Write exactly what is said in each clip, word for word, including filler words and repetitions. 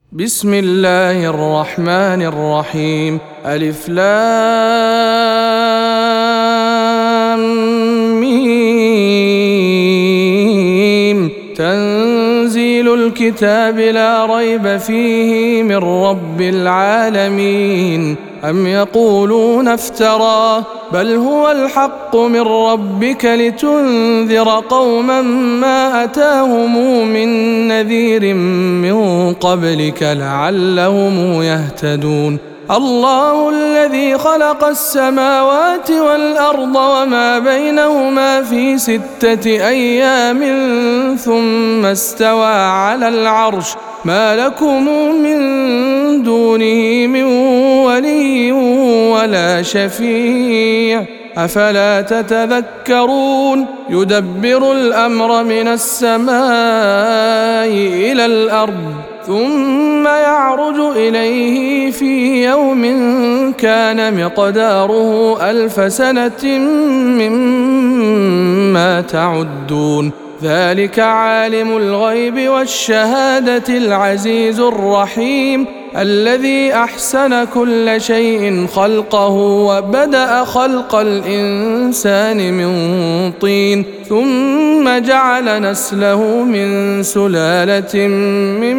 بسم الله الرحمن الرحيم. ألف لام ميم. تنزيل الكتاب لا ريب فيه من رب العالمين. أم يقولون افتراه بل هو الحق من ربك لتنذر قوما ما أتاهم من نذير من قبلك لعلهم يهتدون. الله الذي خلق السماوات والأرض وما بينهما في ستة أيام ثم استوى على العرش ما لكم من دونه من ولي ولا شفيع أفلا تتذكرون. يدبر الأمر من السماء إلى الأرض ثم يعرج إليه في يوم كان مقداره ألف سنة مما تعدون. ذلك عالم الغيب والشهادة العزيز الرحيم الذي أحسن كل شيء خلقه وبدأ خلق الإنسان من طين ثم جعل نسله من سلالة من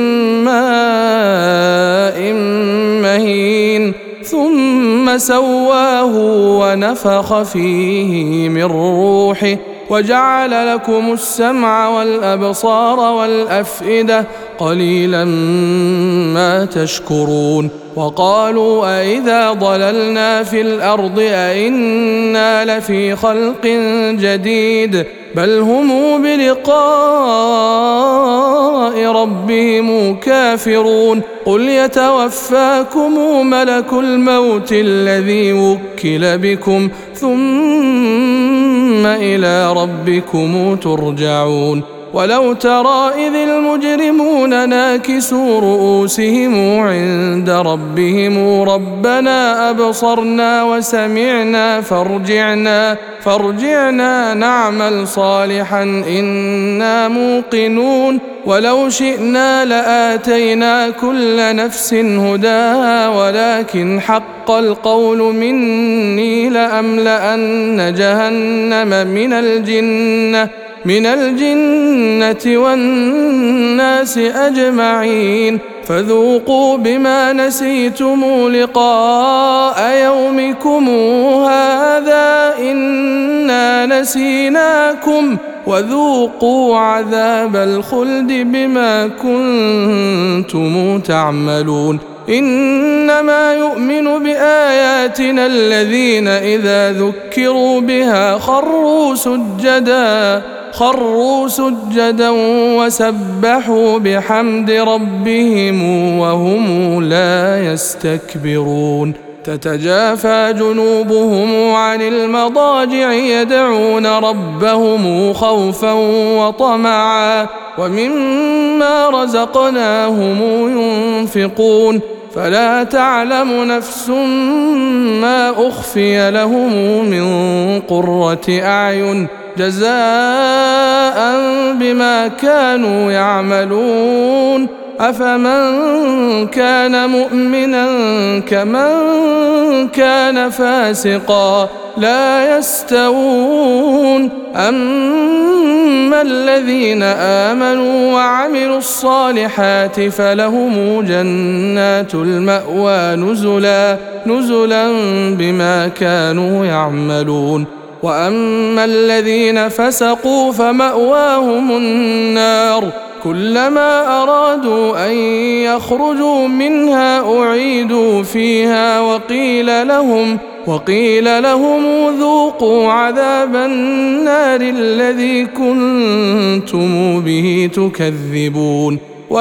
ماء مهين ثم سواه ونفخ فيه من روحه وجعل لكم السمع والأبصار والأفئدة قليلا ما تشكرون. وقالوا أئذا ضللنا في الأرض أئنا لفي خلق جديد بل هم بلقاء ربهم كافرون. قل يتوفاكم ملك الموت الذي وكل بكم ثم إلى ربكم ترجعون. ولو ترى إذ المجرمون ناكسوا رؤوسهم عند ربهم ربنا أبصرنا وسمعنا فارجعنا فارجعنا نعمل صالحا إنا موقنون. ولو شئنا لآتينا كل نفس هداها ولكن حق القول مني لأملأن جهنم من الجنة من الجنة والناس أجمعين. فذوقوا بما نسيتم لقاء يومكم هذا إنا نسيناكم وذوقوا عذاب الخلد بما كنتم تعملون. إنما يؤمن بآياتنا الذين إذا ذكروا بها خروا سجدا خروا سجدا وسبحوا بحمد ربهم وهم لا يستكبرون. تتجافى جنوبهم عن المضاجع يدعون ربهم خوفا وطمعا ومما رزقناهم ينفقون. فلا تعلم نفس ما أخفي لهم من قرة أعين جزاء بما كانوا يعملون. أفمن كان مؤمنا كمن كان فاسقا لا يستوون. أما الذين آمنوا وعملوا الصالحات فلهم جنات المأوى نزلا نزلا بما كانوا يعملون. وأما الذين فسقوا فمأواهم النار كلما أرادوا أن يخرجوا منها أعيدوا فيها وقيل لهم وقيل لهم ذوقوا عذاب النار الذي كنتم به تكذبون.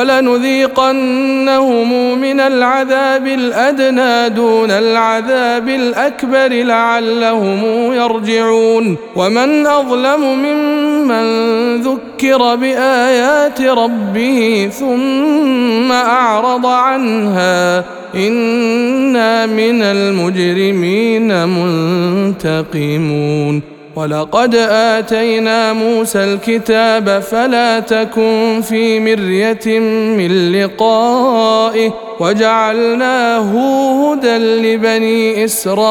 ولنذيقنهم من العذاب الأدنى دون العذاب الأكبر لعلهم يرجعون. ومن أظلم ممن ذكر بآيات ربه ثم أعرض عنها إنا من المجرمين منتقمون. ولقد آتينا موسى الكتاب فلا تكن في مرية من لقائه وجعلناه هدى لبني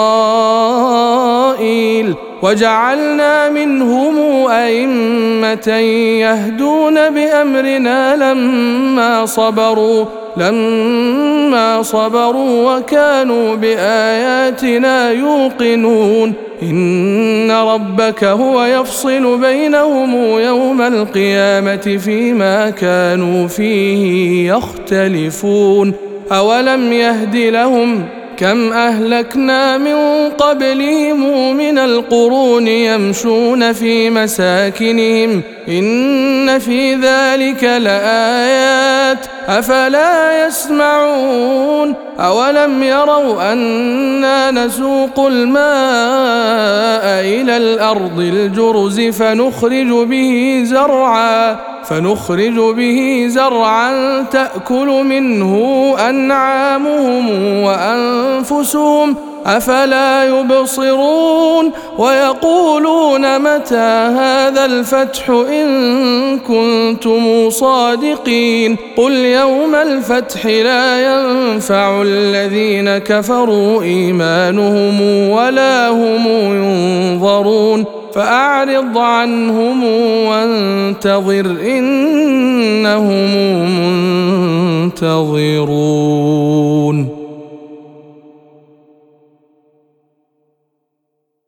إسرائيل وجعلنا منهم أئمة يهدون بأمرنا لما صبروا لما صبروا وكانوا بآياتنا يوقنون إن ربك هو يفصل بينهم يوم القيامة فيما كانوا فيه يختلفون أولم يهد لهم كم أهلكنا من قبلهم من القرون يمشون في مساكنهم إن في ذلك لآيات أفلا يسمعون أولم يروا أنا نسوق الماء إلى الأرض الجرز فنخرج به زرعا فنخرج به زرعا تأكل منه أنعامهم وأنفسهم أفلا يبصرون ويقولون متى هذا الفتح إن كنتم صادقين قل يوم الفتح لا ينفع الذين كفروا إيمانهم ولا هم ينظرون فأعرض عنهم وانتظر إنهم منتظرون.